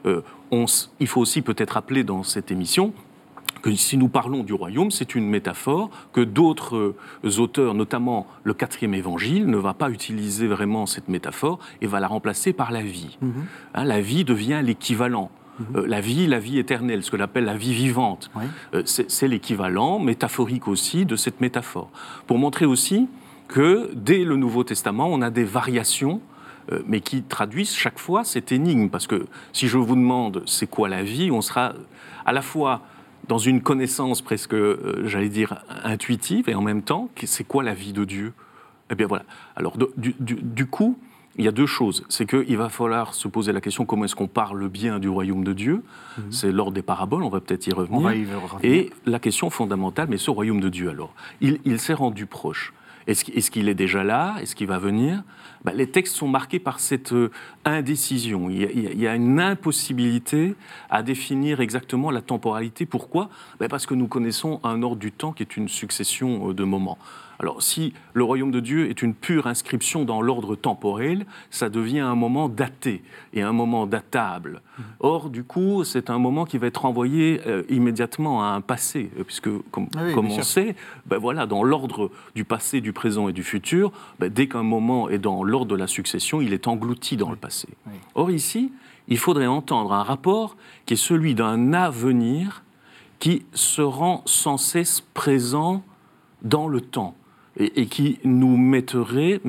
Il faut aussi peut-être rappeler dans cette émission que si nous parlons du royaume, c'est une métaphore que d'autres auteurs, notamment le 4e évangile, ne va pas utiliser vraiment cette métaphore et va la remplacer par la vie. La vie devient l'équivalent. La vie éternelle, ce que l'on appelle la vie vivante. Oui. C'est l'équivalent métaphorique aussi de cette métaphore. Pour montrer aussi que dès le Nouveau Testament, on a des variations mais qui traduisent chaque fois cette énigme. Parce que si je vous demande c'est quoi la vie, on sera à la fois dans une connaissance presque, j'allais dire, intuitive, et en même temps, c'est quoi la vie de Dieu? Eh bien voilà. Alors du coup, il y a deux choses. C'est qu'il va falloir se poser la question comment est-ce qu'on parle bien du royaume de Dieu. C'est l'ordre des paraboles, on va peut-être y revenir. On va y revenir. Et la question fondamentale, mais ce royaume de Dieu alors, il s'est rendu proche. Est-ce qu'il est déjà là? Est-ce qu'il va venir? Les textes sont marqués par cette indécision. Il y a une impossibilité à définir exactement la temporalité. Pourquoi? Parce que nous connaissons un ordre du temps qui est une succession de moments. Alors, si le royaume de Dieu est une pure inscription dans l'ordre temporel, ça devient un moment daté et un moment datable. Or, du coup, c'est un moment qui va être renvoyé immédiatement à un passé, puisque, comme on sait, voilà, dans l'ordre du passé, du présent et du futur, dès qu'un moment est dans l'ordre de la succession, il est englouti dans le passé. Oui. Or, ici, il faudrait entendre un rapport qui est celui d'un avenir qui se rend sans cesse présent dans le temps. Et qui nous mettrait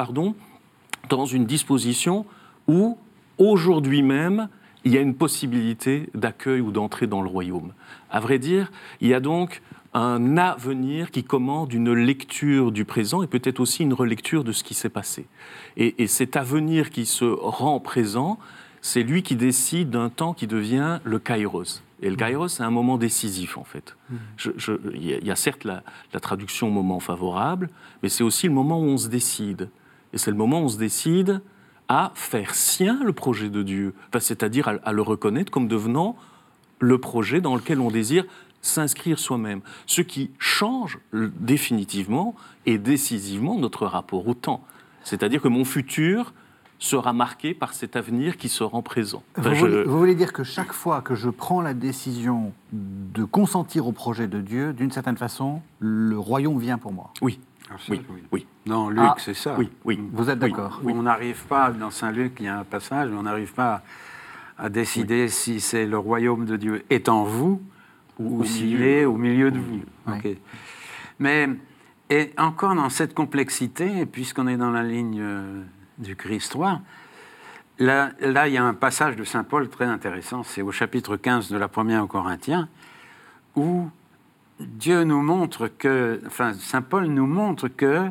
dans une disposition où, aujourd'hui même, il y a une possibilité d'accueil ou d'entrée dans le royaume. À vrai dire, il y a donc un avenir qui commande une lecture du présent et peut-être aussi une relecture de ce qui s'est passé. Et cet avenir qui se rend présent, c'est lui qui décide d'un temps qui devient le kairos. Et le kairos, c'est un moment décisif, en fait. Il y a certes la traduction moment favorable, mais c'est aussi le moment où on se décide. Et c'est le moment où on se décide à faire sien le projet de Dieu, c'est-à-dire à le reconnaître comme devenant le projet dans lequel on désire s'inscrire soi-même. Ce qui change définitivement et décisivement notre rapport au temps. C'est-à-dire que mon futur sera marqué par cet avenir qui se rend présent. Vous voulez dire que chaque fois que je prends la décision de consentir au projet de Dieu, d'une certaine façon, le royaume vient pour moi? Oui. Oui. Dans Luc, c'est ça. Oui. Vous êtes d'accord? Oui. On n'arrive pas, dans Saint-Luc, il y a un passage, on n'arrive pas à décider si c'est le royaume de Dieu est en vous ou s'il est au milieu de vous. Oui. Okay. Mais, et encore dans cette complexité, puisqu'on est dans la ligne du Christ roi, là, il y a un passage de Saint Paul très intéressant, c'est au chapitre 15 de la première aux Corinthiens, où Dieu nous montre Saint Paul nous montre que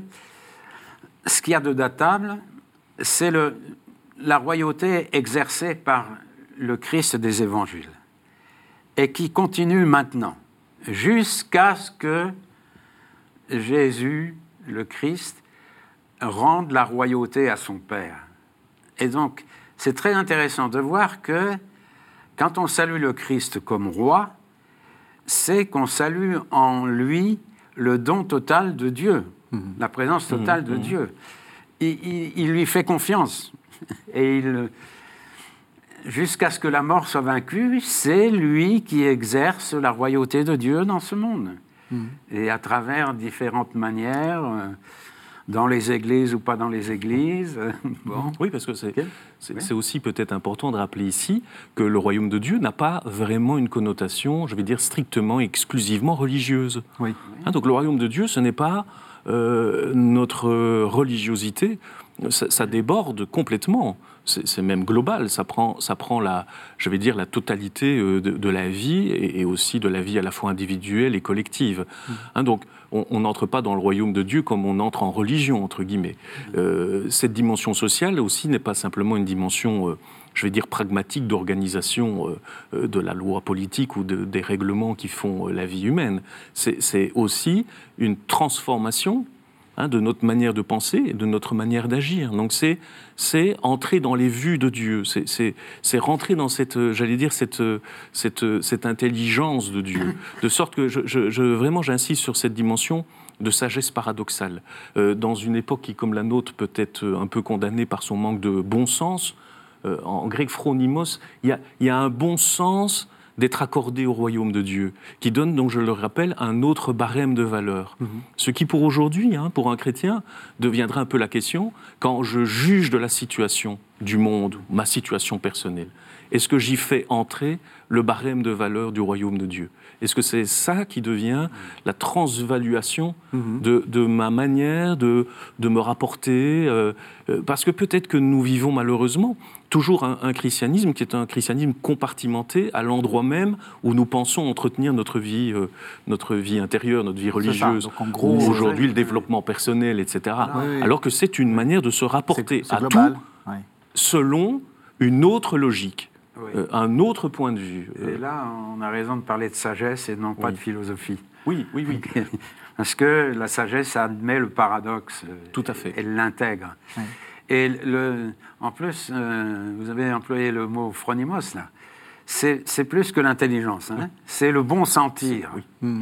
ce qu'il y a de datable, c'est la royauté exercée par le Christ des évangiles, et qui continue maintenant, jusqu'à ce que Jésus, le Christ, rende la royauté à son Père. Et donc, c'est très intéressant de voir que quand on salue le Christ comme roi, c'est qu'on salue en lui le don total de Dieu, la présence totale de Dieu. Il lui fait confiance. Et jusqu'à ce que la mort soit vaincue, c'est lui qui exerce la royauté de Dieu dans ce monde. Et à travers différentes manières, dans les églises ou pas dans les églises. Bon. Oui, parce que c'est aussi peut-être important de rappeler ici que le royaume de Dieu n'a pas vraiment une connotation, je vais dire, strictement, exclusivement religieuse. Oui. Donc le royaume de Dieu, ce n'est pas notre religiosité, ça déborde complètement. C'est même global, ça prend la totalité de la vie et aussi de la vie à la fois individuelle et collective. Donc, on n'entre pas dans le royaume de Dieu comme on entre en religion, entre guillemets. Cette dimension sociale aussi n'est pas simplement une dimension, pragmatique d'organisation de la loi politique ou des règlements qui font la vie humaine. C'est aussi une transformation de notre manière de penser et de notre manière d'agir. Donc c'est entrer dans les vues de Dieu, c'est rentrer dans cette intelligence de Dieu, de sorte que vraiment j'insiste sur cette dimension de sagesse paradoxale. Dans une époque qui, comme la nôtre, peut être un peu condamnée par son manque de bon sens, en grec phronimos, il y a un bon sens d'être accordé au royaume de Dieu, qui donne, donc je le rappelle, un autre barème de valeur. Ce qui pour aujourd'hui, pour un chrétien, deviendra un peu la question quand je juge de la situation du monde, ma situation personnelle. est-ce que j'y fais entrer le barème de valeur du royaume de Dieu? Est-ce que c'est ça qui devient la transvaluation de ma manière de me rapporter parce que peut-être que nous vivons malheureusement toujours un christianisme qui est un christianisme compartimenté à l'endroit même où nous pensons entretenir notre vie intérieure, notre vie religieuse, donc, en gros, ou aujourd'hui le développement personnel, etc. Oui. Alors que c'est une manière de se rapporter C'est à global. tout selon une autre logique. Oui. Un autre point de vue. Et là, on a raison de parler de sagesse et non pas de philosophie. Oui. Parce que la sagesse admet le paradoxe. Tout à fait. Elle l'intègre. Oui. Et en plus, vous avez employé le mot phronimos, là. C'est plus que l'intelligence. Hein. C'est le bon sentir.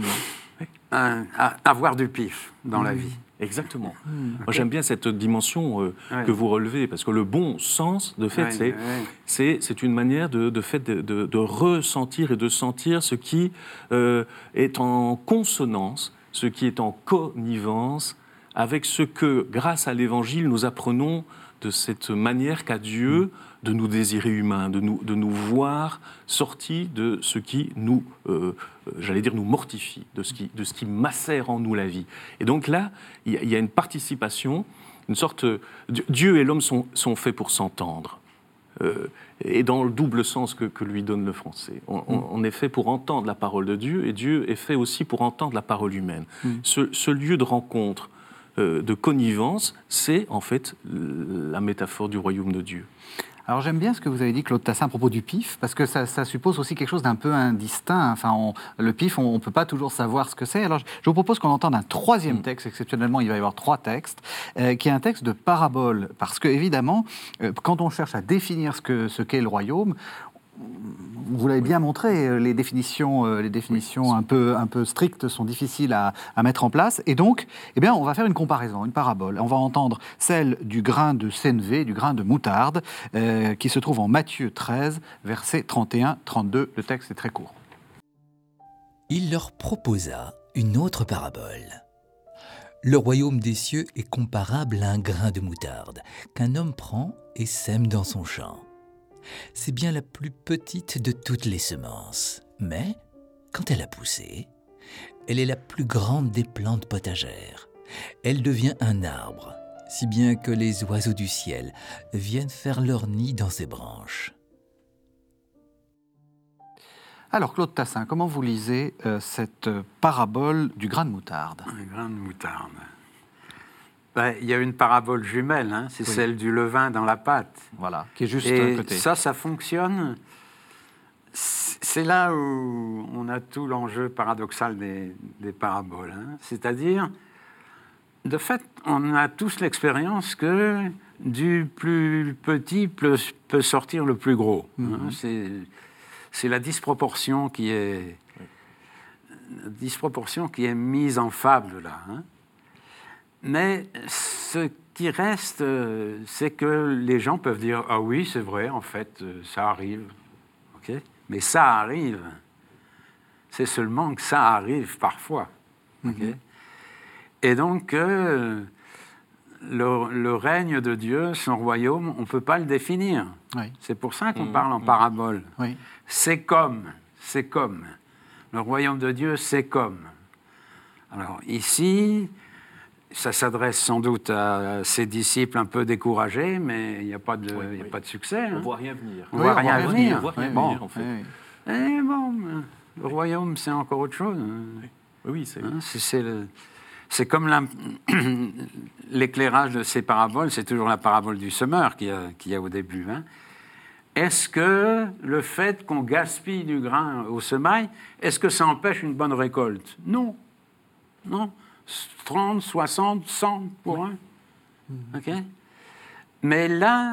Avoir du pif dans la vie. Exactement. Moi, j'aime bien cette dimension que vous relevez, parce que le bon sens, de fait, c'est une manière de ressentir et de sentir ce qui est en consonance, ce qui est en connivence avec ce que, grâce à l'Évangile, nous apprenons de cette manière qu'a Dieu de nous désirer humains, de nous voir sortis de ce qui nous, nous mortifie, de ce qui macère en nous la vie. Et donc là, il y a une participation, une sorte... Dieu et l'homme sont faits pour s'entendre. Et dans le double sens que lui donne le français. On est fait pour entendre la parole de Dieu, et Dieu est fait aussi pour entendre la parole humaine. Ce lieu de rencontre, de connivence, c'est en fait la métaphore du royaume de Dieu. Alors j'aime bien ce que vous avez dit, Claude Tassin, à propos du pif, parce que ça suppose aussi quelque chose d'un peu indistinct. Enfin, le pif, on ne peut pas toujours savoir ce que c'est. Alors je vous propose qu'on entende un troisième texte, exceptionnellement il va y avoir 3 textes, qui est un texte de parabole. Parce que évidemment, quand on cherche à définir ce qu'est le royaume, vous l'avez bien montré, les définitions un peu strictes sont difficiles à mettre en place. Et donc, on va faire une comparaison, une parabole. On va entendre celle du grain de sénévé, du grain de moutarde, qui se trouve en Matthieu 13, versets 31-32. Le texte est très court. Il leur proposa une autre parabole. Le royaume des cieux est comparable à un grain de moutarde qu'un homme prend et sème dans son champ. C'est bien la plus petite de toutes les semences, mais quand elle a poussé, elle est la plus grande des plantes potagères. Elle devient un arbre, si bien que les oiseaux du ciel viennent faire leur nid dans ses branches. Alors Claude Tassin, comment vous lisez cette parabole du grain de moutarde? Un grain de moutarde. Il y a une parabole jumelle, hein, c'est celle du levain dans la pâte. Voilà, qui est juste et à côté. Ça fonctionne. C'est là où on a tout l'enjeu paradoxal des paraboles. Hein. C'est-à-dire, de fait, on a tous l'expérience que du plus petit peut sortir le plus gros. Hein. C'est la disproportion qui est mise en fable, là. Hein. Mais ce qui reste, c'est que les gens peuvent dire « Ah oui, c'est vrai, en fait, ça arrive. Okay » Mais ça arrive. C'est seulement que ça arrive parfois. Okay. Et donc, le règne de Dieu, son royaume, on ne peut pas le définir. Oui. C'est pour ça qu'on parle en parabole. Oui. C'est comme. Le royaume de Dieu, c'est comme. Alors ici... Ça s'adresse sans doute à ses disciples un peu découragés, mais il n'y a pas de succès. Hein. On ne voit rien venir. On ne voit rien venir. On voit rien venir, en fait. Et bon, le royaume, c'est encore autre chose. Oui, c'est... Hein, c'est comme l'éclairage de ces paraboles, c'est toujours la parabole du semeur qu'il y a au début. Hein. Est-ce que le fait qu'on gaspille du grain au semail, est-ce que ça empêche une bonne récolte? Non. 30, 60, 100 pour un. Okay. Mais là,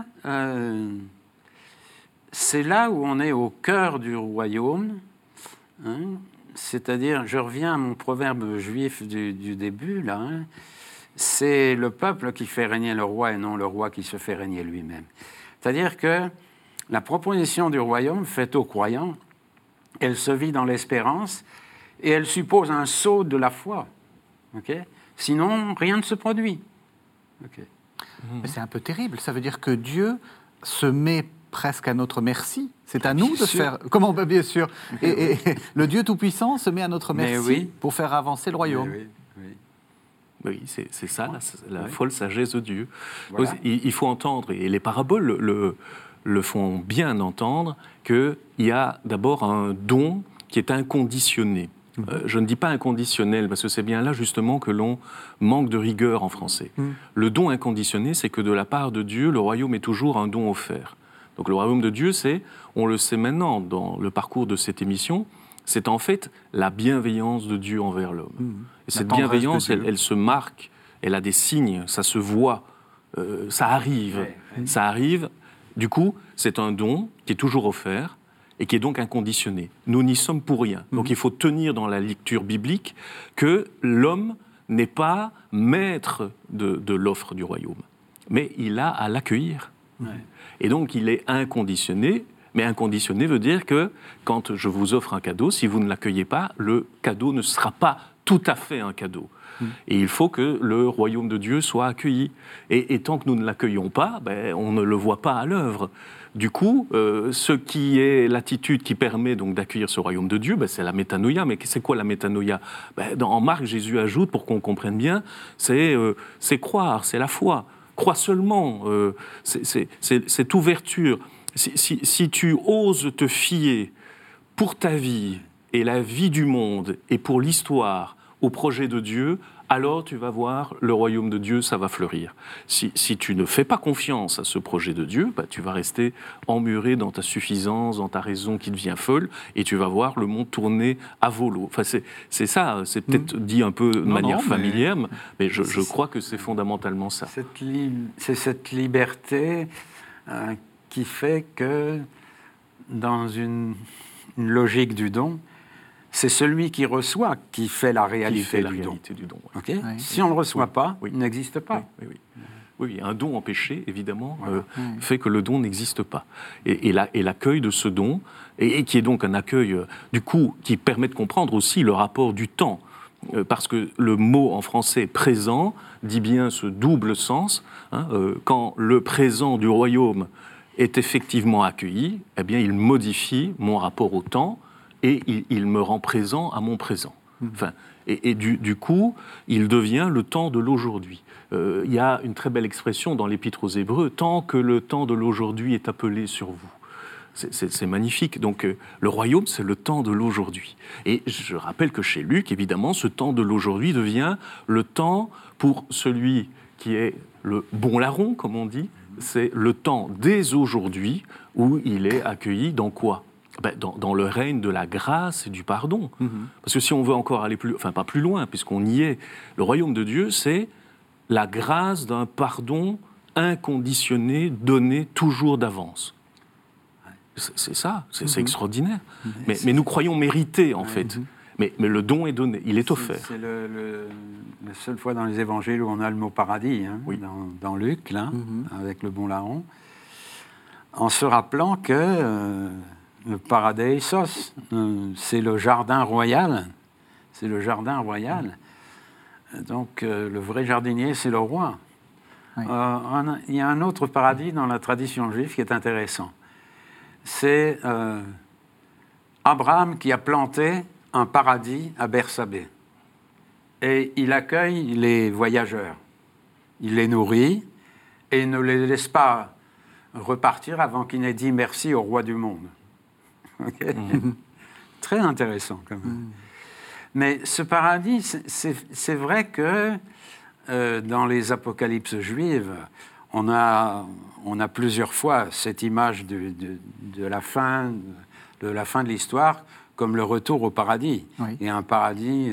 c'est là où on est au cœur du royaume. Hein. C'est-à-dire, je reviens à mon proverbe juif du début, là. Hein. C'est le peuple qui fait régner le roi et non le roi qui se fait régner lui-même. C'est-à-dire que la proposition du royaume faite aux croyants, elle se vit dans l'espérance et elle suppose un saut de la foi. Okay. Sinon, rien ne se produit. Okay. Mais c'est un peu terrible. Ça veut dire que Dieu se met presque à notre merci. C'est à nous de faire... Comment? Bien sûr. Et le Dieu Tout-Puissant se met à notre merci pour faire avancer le royaume. Oui, c'est ça, la folle sagesse de Dieu. Voilà. Il faut entendre, et les paraboles le font bien entendre, qu'il y a d'abord un don qui est inconditionné. Je ne dis pas inconditionnel, parce que c'est bien là justement que l'on manque de rigueur en français. Le don inconditionné, c'est que de la part de Dieu, le royaume est toujours un don offert. Donc le royaume de Dieu, c'est, on le sait maintenant dans le parcours de cette émission, c'est en fait la bienveillance de Dieu envers l'homme. Et cette bienveillance, elle se marque, elle a des signes, ça se voit, ça arrive. Ça arrive, du coup, c'est un don qui est toujours offert, et qui est donc inconditionné. Nous n'y sommes pour rien. Donc il faut tenir dans la lecture biblique que l'homme n'est pas maître de l'offre du royaume, mais il a à l'accueillir. Et donc il est inconditionné, mais inconditionné veut dire que quand je vous offre un cadeau, si vous ne l'accueillez pas, le cadeau ne sera pas tout à fait un cadeau. Et il faut que le royaume de Dieu soit accueilli. Et tant que nous ne l'accueillons pas, on ne le voit pas à l'œuvre. Du coup, ce qui est l'attitude qui permet donc d'accueillir ce royaume de Dieu, c'est la métanoïa. Mais c'est quoi la métanoïa? En Marc, Jésus ajoute, pour qu'on comprenne bien, c'est croire, c'est la foi. Crois seulement, cette ouverture. Si tu oses te fier pour ta vie et la vie du monde et pour l'histoire au projet de Dieu, alors tu vas voir le royaume de Dieu, ça va fleurir. Si tu ne fais pas confiance à ce projet de Dieu, tu vas rester emmuré dans ta suffisance, dans ta raison qui devient folle, et tu vas voir le monde tourner à volo. Enfin, c'est ça, c'est peut-être dit un peu de manière familière, mais je crois que c'est fondamentalement ça. C'est cette liberté qui fait que, dans une logique du don, c'est celui qui reçoit qui fait la réalité du don. Okay? Si on ne le reçoit pas, il n'existe pas. Oui, un don empêché, évidemment, fait que le don n'existe pas. Et l'accueil de ce don, et qui est donc un accueil, du coup, qui permet de comprendre aussi le rapport du temps. Parce que le mot en français « présent » dit bien ce double sens. Quand le présent du royaume est effectivement accueilli, eh bien, il modifie mon rapport au temps, et il me rend présent à mon présent. Enfin, et du coup, il devient le temps de l'aujourd'hui. Il y a une très belle expression dans l'Épître aux Hébreux, « tant que le temps de l'aujourd'hui est appelé sur vous ». C'est magnifique. Donc, le royaume, c'est le temps de l'aujourd'hui. Et je rappelle que chez Luc, évidemment, ce temps de l'aujourd'hui devient le temps pour celui qui est le bon larron, comme on dit, c'est le temps dès aujourd'hui où il est accueilli dans quoi ? Dans le règne de la grâce et du pardon. Parce que si on veut encore aller pas plus loin, puisqu'on y est, le royaume de Dieu, c'est la grâce d'un pardon inconditionné, donné toujours d'avance. C'est ça, c'est extraordinaire. Mais nous croyons mériter, en fait. Mais le don est donné, il est offert. C'est la seule fois dans les évangiles où on a le mot paradis, dans Luc, là, avec le bon larron, en se rappelant que... le paradeisos, c'est le jardin royal. C'est le jardin royal. Donc, le vrai jardinier, c'est le roi. Il y a un autre paradis dans la tradition juive qui est intéressant. C'est Abraham qui a planté un paradis à Bersabée. Et il accueille les voyageurs. Il les nourrit et il ne les laisse pas repartir avant qu'il n'ait dit merci au roi du monde. Okay. Très intéressant quand même. Mais ce paradis, c'est vrai que dans les apocalypses juives, on a plusieurs fois cette image de la fin de l'histoire comme le retour au paradis. Et un paradis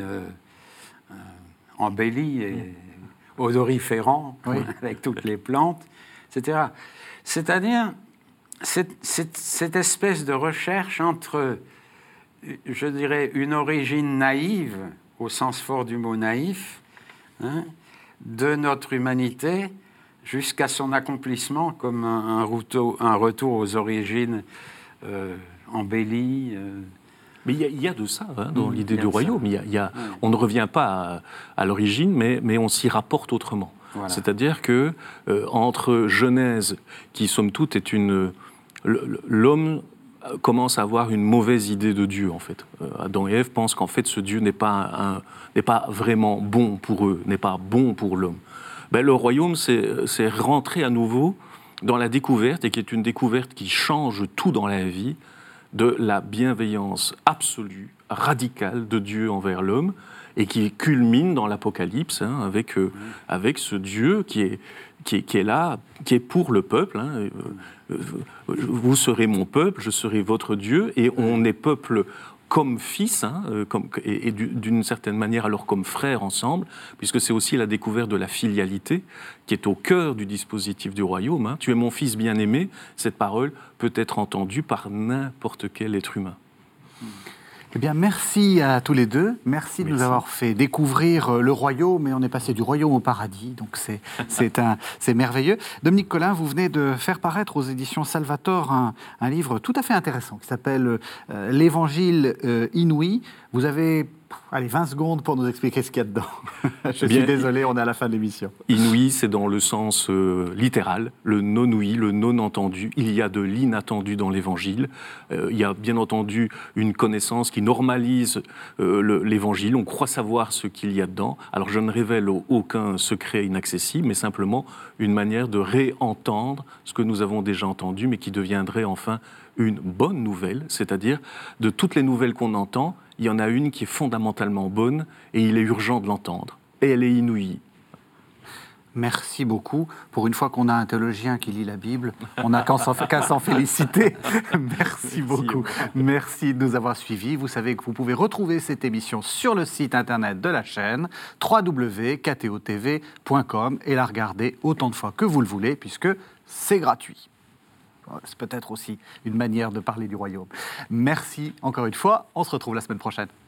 embelli et odoriférant, avec toutes les plantes, etc. C'est-à-dire... Cette espèce de recherche entre, je dirais, une origine naïve, au sens fort du mot naïf, de notre humanité, jusqu'à son accomplissement comme un retour aux origines embellies. Mais il y a de ça dans l'idée du royaume. On ne revient pas à l'origine, mais on s'y rapporte autrement. Voilà. C'est-à-dire que entre Genèse, qui somme toute est une l'homme commence à avoir une mauvaise idée de Dieu, en fait. Adam et Ève pensent qu'en fait, ce Dieu n'est pas vraiment bon pour eux, n'est pas bon pour l'homme. Le royaume, c'est rentrer à nouveau dans la découverte, et qui est une découverte qui change tout dans la vie, de la bienveillance absolue, radicale de Dieu envers l'homme, et qui culmine dans l'Apocalypse, avec ce Dieu qui est là, qui est pour le peuple. Vous serez mon peuple, je serai votre Dieu, et on est peuple comme fils, et d'une certaine manière alors comme frères ensemble, puisque c'est aussi la découverte de la filialité qui est au cœur du dispositif du royaume. Tu es mon fils bien-aimé, cette parole peut être entendue par n'importe quel être humain. Eh bien, merci à tous les deux. Merci de nous avoir fait découvrir le royaume, et on est passé du royaume au paradis, donc c'est merveilleux. Dominique Collin, vous venez de faire paraître aux éditions Salvator un livre tout à fait intéressant qui s'appelle « L'Évangile inouï ». Vous avez 20 secondes pour nous expliquer ce qu'il y a dedans. Je suis désolé, on est à la fin de l'émission. Inouï, c'est dans le sens littéral, le non-ouï, le non-entendu. Il y a de l'inattendu dans l'Évangile. Il y a bien entendu une connaissance qui normalise l'Évangile. On croit savoir ce qu'il y a dedans. Alors je ne révèle aucun secret inaccessible, mais simplement une manière de réentendre ce que nous avons déjà entendu, mais qui deviendrait enfin une bonne nouvelle, c'est-à-dire de toutes les nouvelles qu'on entend, il y en a une qui est fondamentalement bonne et il est urgent de l'entendre. Et elle est inouïe. Merci beaucoup. Pour une fois qu'on a un théologien qui lit la Bible, on n'a qu'à s'en féliciter. Merci beaucoup. Merci de nous avoir suivis. Vous savez que vous pouvez retrouver cette émission sur le site internet de la chaîne www.ktotv.com et la regarder autant de fois que vous le voulez, puisque c'est gratuit. C'est peut-être aussi une manière de parler du royaume. Merci encore une fois. On se retrouve la semaine prochaine.